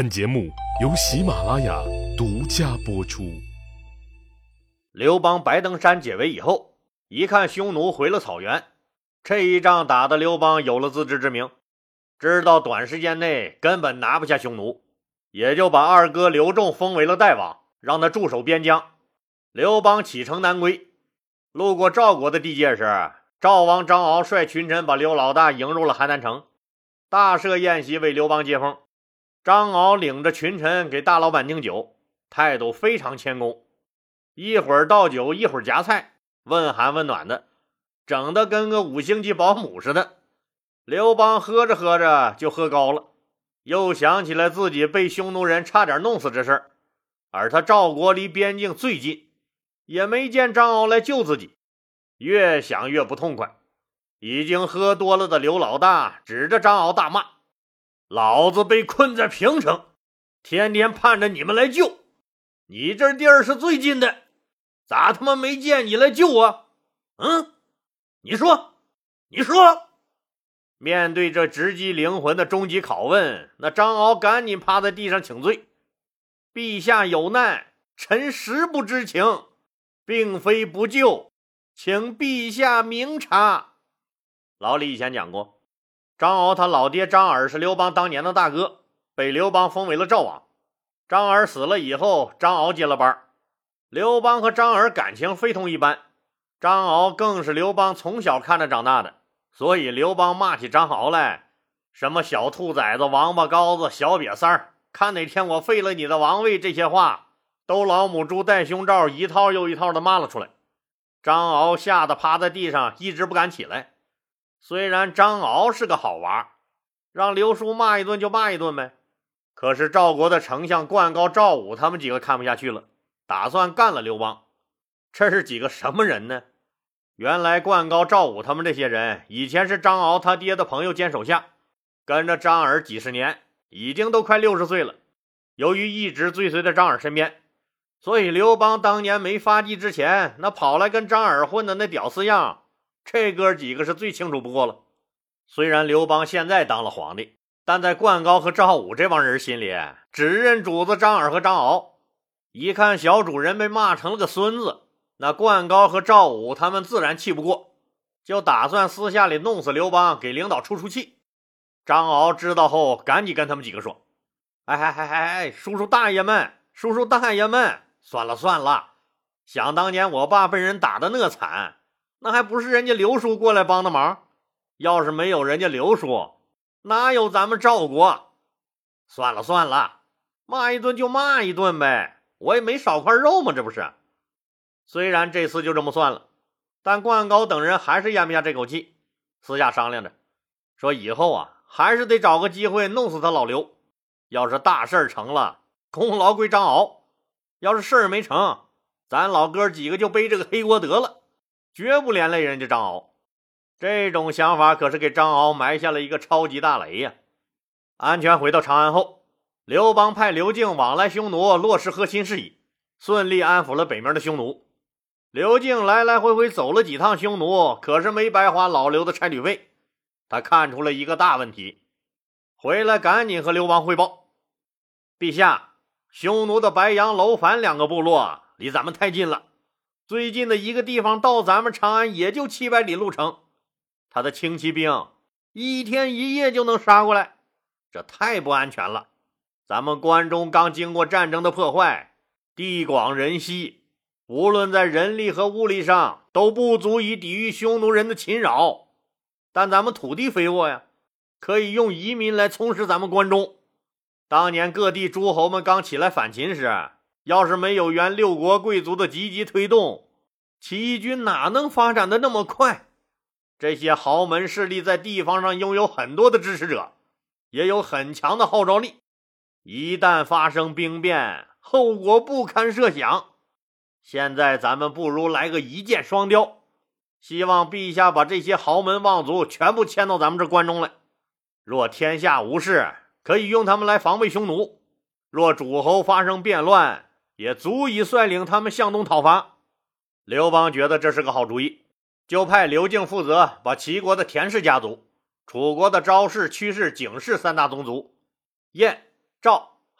本节目由喜马拉雅独家播出。 刘邦白登山解围以后，一看匈奴回了草原，这一仗打得刘邦有了自知之明，知道短时间内根本拿不下匈奴，也就把二哥刘仲封为了代王，让他驻守边疆。刘邦启程南归，路过赵国的地界时，赵王张敖率群臣把刘老大迎入了邯郸城，大设宴席为刘邦接风。张敖领着群臣给大老板敬酒，态度非常谦恭，一会儿倒酒，一会儿夹菜，问寒问暖的，整得跟个5星级保姆似的。刘邦喝着喝着就喝高了，又想起来自己被匈奴人差点弄死这事儿，而他赵国离边境最近，也没见张敖来救自己，越想越不痛快。已经喝多了的刘老大指着张敖大骂：老子被困在平城，天天盼着你们来救，你这地儿是最近的，咋他妈没见你来救我？你说面对这直击灵魂的终极拷问，那张敖赶紧趴在地上请罪：陛下有难，臣实不知情，并非不救，请陛下明察。老李以前讲过，张敖他老爹张耳是刘邦当年的大哥，被刘邦封为了赵王。张耳死了以后，张敖接了班。刘邦和张耳感情非同一般，张敖更是刘邦从小看着长大的，所以刘邦骂起张敖来，什么小兔崽子、王八羔子、小瘪三儿，看哪天我废了你的王位，这些话都老母猪戴胸罩一套又一套的骂了出来。张敖吓得趴在地上一直不敢起来。虽然张敖是个好娃，让刘叔骂一顿就骂一顿呗，可是赵国的丞相灌高、赵武他们几个看不下去了，打算干了刘邦。这是几个什么人呢？原来灌高、赵武他们这些人以前是张敖他爹的朋友兼手下，跟着张耳几十年，已经都快60岁了。由于一直追随在张耳身边，所以刘邦当年没发迹之前，那跑来跟张耳混的那屌丝样，这哥几个是最清楚不过了。虽然刘邦现在当了皇帝，但在灌高和赵武这帮人心里，只认主子张耳和张敖。一看小主人被骂成了个孙子，那灌高和赵武他们自然气不过，就打算私下里弄死刘邦，给领导出出气。张敖知道后，赶紧跟他们几个说：叔叔大爷们，算了，想当年我爸被人打得那惨，那还不是人家刘叔过来帮的忙，要是没有人家刘叔，哪有咱们赵国？算了，骂一顿就骂一顿呗，我也没少块肉嘛，这不是？虽然这次就这么算了，但灌高等人还是咽不下这口气，私下商量着说，以后还是得找个机会弄死他老刘。要是大事成了，功劳归张敖；要是事儿没成，咱老哥几个就背这个黑锅得了，绝不连累人家张敖。这种想法可是给张敖埋下了一个超级大雷呀！安全回到长安后，刘邦派刘敬往来匈奴，落实核心事宜，顺利安抚了北面的匈奴。刘敬来来回回走了几趟匈奴，可是没白花老刘的差旅费。他看出了一个大问题，回来赶紧和刘邦汇报：陛下，匈奴的白杨、楼烦2个部落离咱们太近了，最近的一个地方到咱们长安也就700里路程，他的轻骑兵1天1夜就能杀过来，这太不安全了。咱们关中刚经过战争的破坏，地广人稀，无论在人力和物力上都不足以抵御匈奴人的侵扰，但咱们土地肥沃呀，可以用移民来充实咱们关中。当年各地诸侯们刚起来反秦时，要是没有原6国贵族的积极推动，起义军哪能发展的那么快？这些豪门势力在地方上拥有很多的支持者，也有很强的号召力，一旦发生兵变，后果不堪设想。现在咱们不如来个一箭双雕，希望陛下把这些豪门望族全部迁到咱们这关中来。若天下无事，可以用他们来防备匈奴；若诸侯发生变乱，也足以率领他们向东讨伐。刘邦觉得这是个好主意，就派刘敬负责把齐国的田氏家族、楚国的昭氏、屈氏、景氏3大宗族、燕、赵、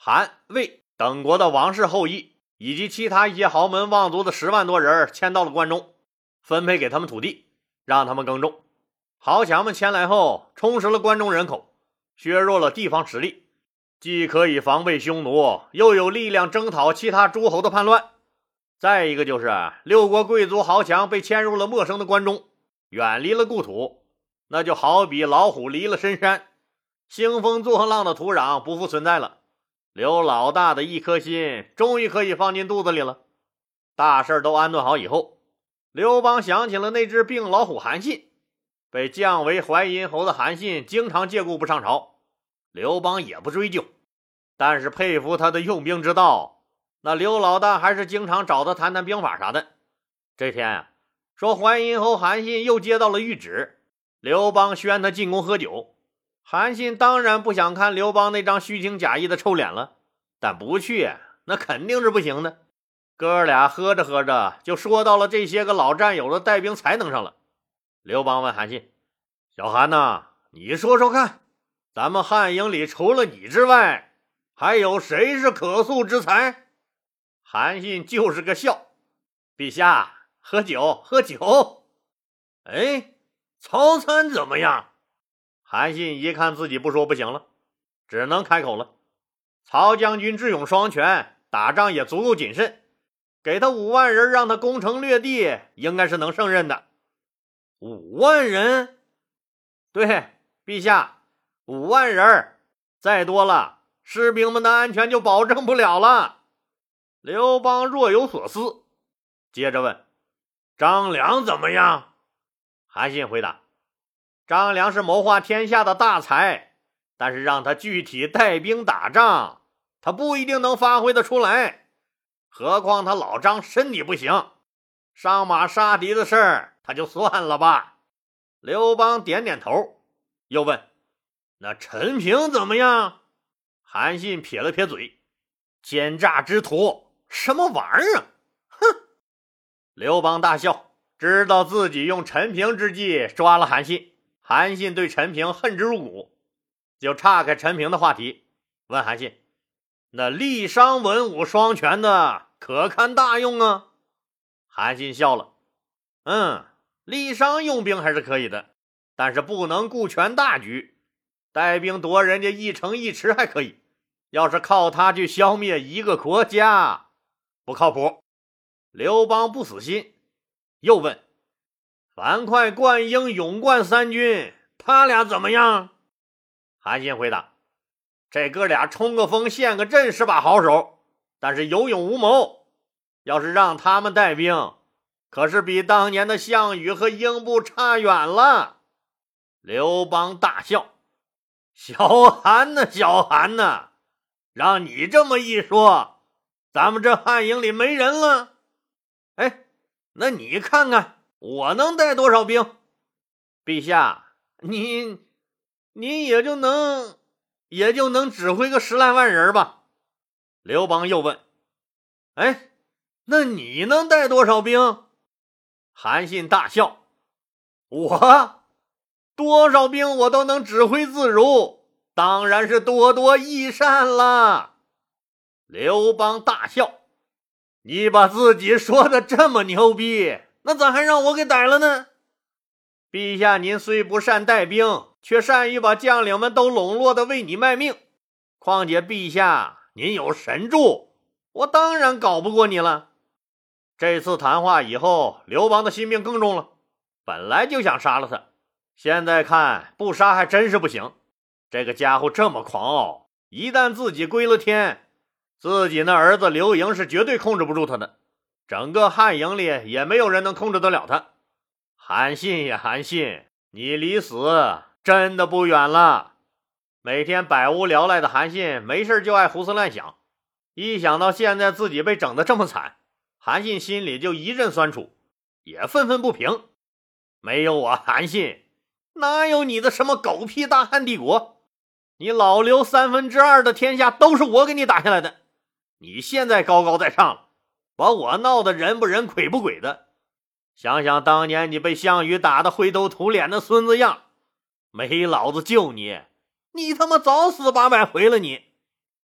韩、魏等国的王室后裔以及其他一些豪门望族的10万多人迁到了关中，分配给他们土地，让他们耕种。豪强们前来后，充实了关中人口，削弱了地方实力，既可以防备匈奴，又有力量征讨其他诸侯的叛乱。再一个就是6国贵族豪强被迁入了陌生的关中，远离了故土，那就好比老虎离了深山，兴风作浪的土壤不复存在了。刘老大的一颗心终于可以放进肚子里了。大事都安顿好以后，刘邦想起了那只病老虎韩信。被降为淮阴侯的韩信经常借故不上朝，刘邦也不追究，但是佩服他的用兵之道。那刘老大还是经常找他谈谈兵法啥的。这天说淮阴侯韩信又接到了谕旨，刘邦宣他进宫喝酒。韩信当然不想看刘邦那张虚情假意的臭脸了，但不去那肯定是不行的。哥俩喝着喝着就说到了这些个老战友的带兵才能上了。刘邦问韩信：小韩呐，你说说看，咱们汉营里除了你之外，还有谁是可塑之才？韩信就是个笑：陛下，喝酒喝酒。哎，曹参怎么样？韩信一看自己不说不行了，只能开口了。曹将军智勇双全，打仗也足够谨慎，给他5万人让他攻城略地，应该是能胜任的。5万人？对，陛下，5万人，再多了士兵们的安全就保证不了了。刘邦若有所思，接着问：张良怎么样？韩信回答：张良是谋划天下的大才，但是让他具体带兵打仗，他不一定能发挥得出来。何况他老张身体不行，上马杀敌的事儿他就算了吧。刘邦点点头，又问：那陈平怎么样？韩信撇了撇嘴：奸诈之徒，什么玩意儿啊！哼！刘邦大笑，知道自己用陈平之计抓了韩信。韩信对陈平恨之入骨，就岔开陈平的话题，问韩信：那郦商文武双全的可堪大用啊？韩信笑了：郦商用兵还是可以的，但是不能顾全大局，带兵夺人家一城一池还可以，要是靠他去消灭一个国家，不靠谱。刘邦不死心，又问：樊哙、灌婴、勇冠3军，他俩怎么样？韩信回答：这哥俩冲个锋陷个阵是把好手，但是有勇无谋，要是让他们带兵，可是比当年的项羽和英布差远了。刘邦大笑：小韩呐，小韩呐，让你这么一说，咱们这汉营里没人了。哎，那你看看我能带多少兵？陛下，您也就能指挥个10来万人吧。刘邦又问：哎，那你能带多少兵？韩信大笑：我多少兵我都能指挥自如，当然是多多益善了。刘邦大笑：你把自己说的这么牛逼，那咋还让我给逮了呢？陛下您虽不善带兵，却善于把将领们都笼络的为你卖命，况且陛下您有神助，我当然搞不过你了。这次谈话以后，刘邦的心病更重了，本来就想杀了他，现在看不杀还真是不行。这个家伙这么狂傲，一旦自己归了天，自己那儿子刘盈是绝对控制不住他的，整个汉营里也没有人能控制得了他。韩信呀韩信，你离死真的不远了。每天百无聊赖的韩信没事就爱胡思乱想，一想到现在自己被整得这么惨，韩信心里就一阵酸楚，也愤愤不平。没有我韩信，哪有你的什么狗屁大汉帝国？你老刘2/3的天下都是我给你打下来的，你现在高高在上了，把我闹得人不人鬼不鬼的。想想当年你被项羽打得灰头土脸的孙子样，没老子救你，你他妈早死800回了你。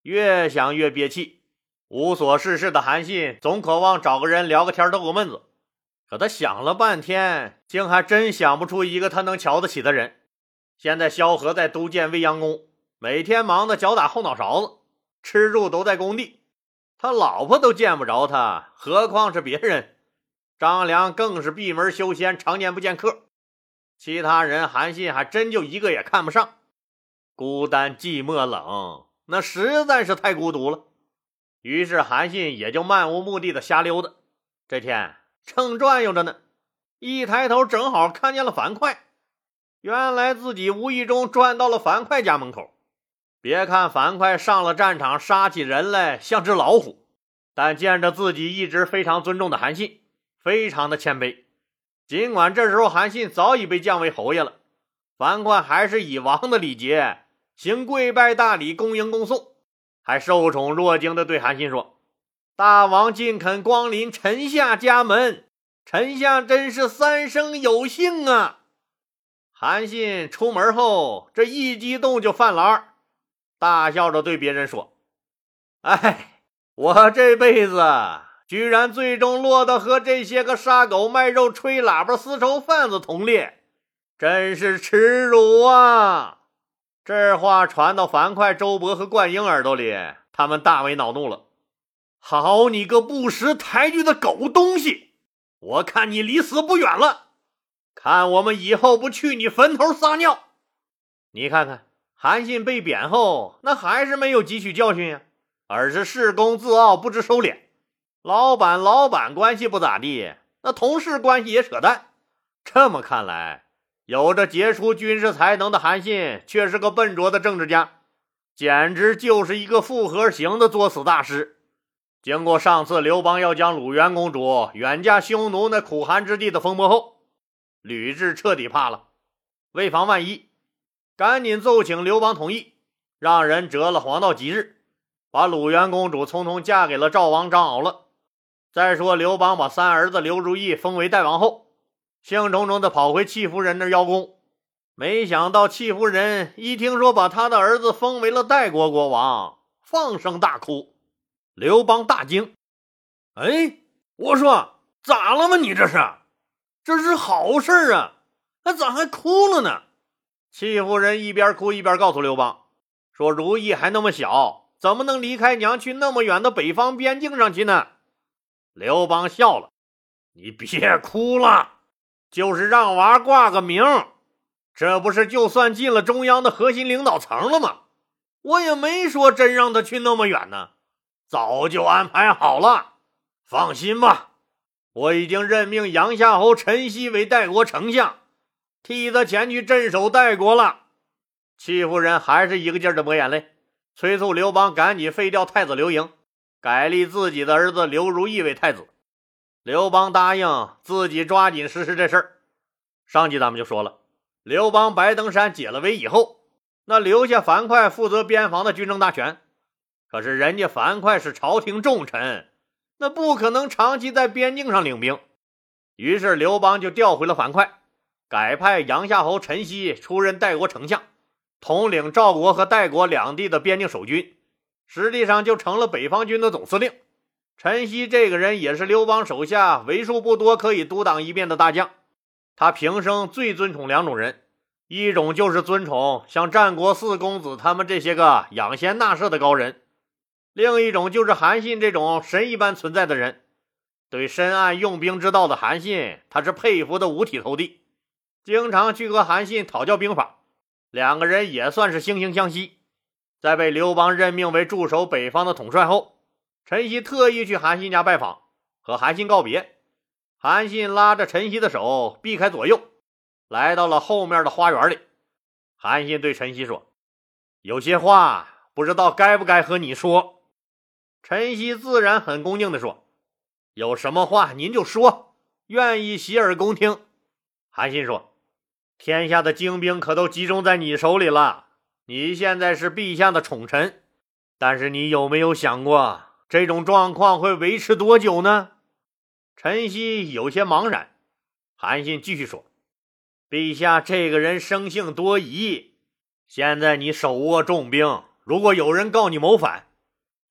越想越憋气。无所事事的韩信总渴望找个人聊个天逗个闷子，可他想了半天，竟还真想不出一个他能瞧得起的人。现在萧何在都建未央宫，每天忙得脚打后脑勺子，吃住都在工地，他老婆都见不着他，何况是别人。张良更是闭门修仙，常年不见客，其他人韩信还真就一个也看不上。孤单寂寞冷，那实在是太孤独了。于是韩信也就漫无目的的瞎溜达。这天正转悠着呢，一抬头正好看见了樊哙。原来自己无意中转到了樊哙家门口。别看樊哙上了战场杀起人来像只老虎，但见着自己一直非常尊重的韩信，非常的谦卑。尽管这时候韩信早已被降为侯爷了，樊哙还是以王的礼节行跪拜大礼，恭迎恭送，还受宠若惊地对韩信说：大王尽肯光临臣下家门，臣下真是三生有幸啊。韩信出门后，这一激动就犯了二，大笑着对别人说：哎，我这辈子居然最终落得和这些个杀狗卖肉吹喇叭丝绸贩子同列，真是耻辱啊。这话传到樊哙、周勃和灌婴耳朵里，他们大为恼怒了。好你个不识抬举的狗东西，我看你离死不远了，看我们以后不去你坟头撒尿。你看看韩信被贬后，那还是没有汲取教训呀，而是恃功自傲，不知收敛。老板关系不咋地，那同事关系也扯淡。这么看来，有着杰出军事才能的韩信却是个笨拙的政治家，简直就是一个复合型的作死大师。经过上次刘邦要将鲁元公主远嫁匈奴那苦寒之地的风波后，吕雉彻底怕了。为防万一，赶紧奏请刘邦同意，让人择了黄道吉日，把鲁元公主匆匆嫁给了赵王张敖了。再说刘邦把三儿子刘如意封为代王后，兴冲冲地跑回戚夫人那儿邀功，没想到戚夫人一听说把他的儿子封为了代国国王，放声大哭。刘邦大惊：哎，我说咋了吗？你这是好事啊，咋还哭了呢？戚夫人一边哭一边告诉刘邦说，如意还那么小，怎么能离开娘去那么远的北方边境上去呢？刘邦笑了：你别哭了，就是让娃挂个名，这不是就算进了中央的核心领导层了吗？我也没说真让他去那么远呢，早就安排好了。放心吧，我已经任命杨夏侯陈豨为代国丞相，替他前去镇守代国了。戚夫人还是一个劲儿的抹眼泪，催促刘邦赶紧废掉太子刘盈，改立自己的儿子刘如意为太子。刘邦答应自己抓紧实施这事儿。上集咱们就说了，刘邦白登山解了围以后，那留下樊哙负责边防的军政大权。可是人家樊哙是朝廷重臣，那不可能长期在边境上领兵。于是刘邦就调回了樊哙，改派杨夏侯陈豨出任代国丞相，统领赵国和代国两地的边境守军，实际上就成了北方军的总司令。陈豨这个人也是刘邦手下为数不多可以独当一面的大将。他平生最尊崇两种人，一种就是尊崇像战国四公子他们这些个养贤纳士的高人，另一种就是韩信这种神一般存在的人。对深谙用兵之道的韩信，他是佩服的五体投地，经常去和韩信讨教兵法，两个人也算是惺惺相惜。在被刘邦任命为驻守北方的统帅后，陈豨特意去韩信家拜访，和韩信告别。韩信拉着陈豨的手，避开左右，来到了后面的花园里。韩信对陈豨说：有些话不知道该不该和你说。陈豨自然很恭敬地说：有什么话您就说，愿意洗耳恭听。韩信说：天下的精兵可都集中在你手里了，你现在是陛下的宠臣，但是你有没有想过这种状况会维持多久呢？陈豨有些茫然。韩信继续说：陛下这个人生性多疑，现在你手握重兵，如果有人告你谋反，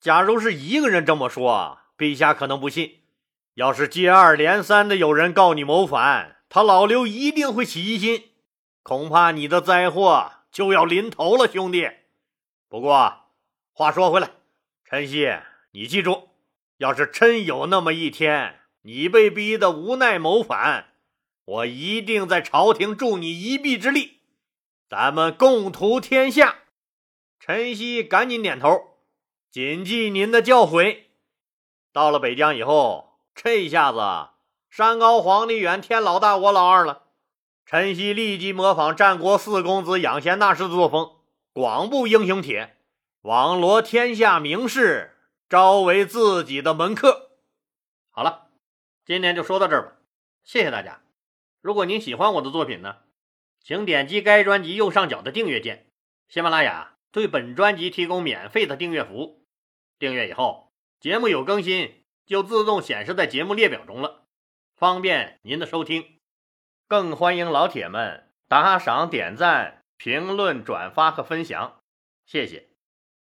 假如是一个人这么说，陛下可能不信。要是接二连三的有人告你谋反，他老刘一定会起疑心，恐怕你的灾祸就要临头了，兄弟。不过话说回来，陈曦，你记住，要是真有那么一天，你被逼得无奈谋反，我一定在朝廷助你一臂之力，咱们共图天下。陈曦赶紧点头，谨记您的教诲。到了北疆以后，这下子山高皇帝远，天老大我老二了。陈曦立即模仿战国四公子养贤大师的作风，广布英雄帖，网罗天下名士，招为自己的门客。好了，今天就说到这儿吧，谢谢大家。如果您喜欢我的作品呢，请点击该专辑右上角的订阅键。喜马拉雅对本专辑提供免费的订阅服务，订阅以后，节目有更新就自动显示在节目列表中了，方便您的收听。更欢迎老铁们打赏、点赞、评论、转发和分享，谢谢。